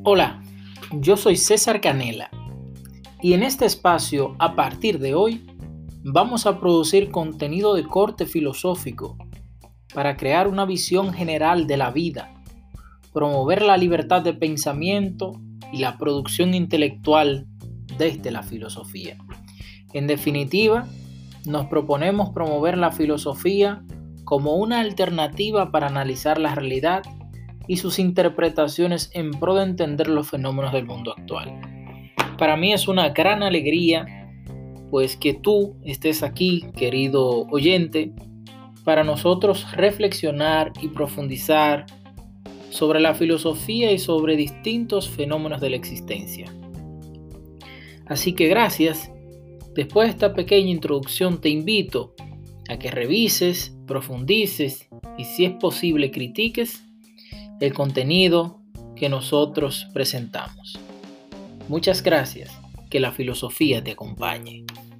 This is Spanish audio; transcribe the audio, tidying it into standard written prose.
Hola, yo soy César Canela y en este espacio, a partir de hoy, vamos a producir contenido de corte filosófico para crear una visión general de la vida, promover la libertad de pensamiento y la producción intelectual desde la filosofía. En definitiva, nos proponemos promover la filosofía como una alternativa para analizar la realidad y sus interpretaciones en pro de entender los fenómenos del mundo actual. Para mí es una gran alegría, pues que tú estés aquí, querido oyente, para nosotros reflexionar y profundizar sobre la filosofía y sobre distintos fenómenos de la existencia. Así que gracias. Después de esta pequeña introducción te invito a que revises, profundices y si es posible critiques el contenido que nosotros presentamos. Muchas gracias. Que la filosofía te acompañe.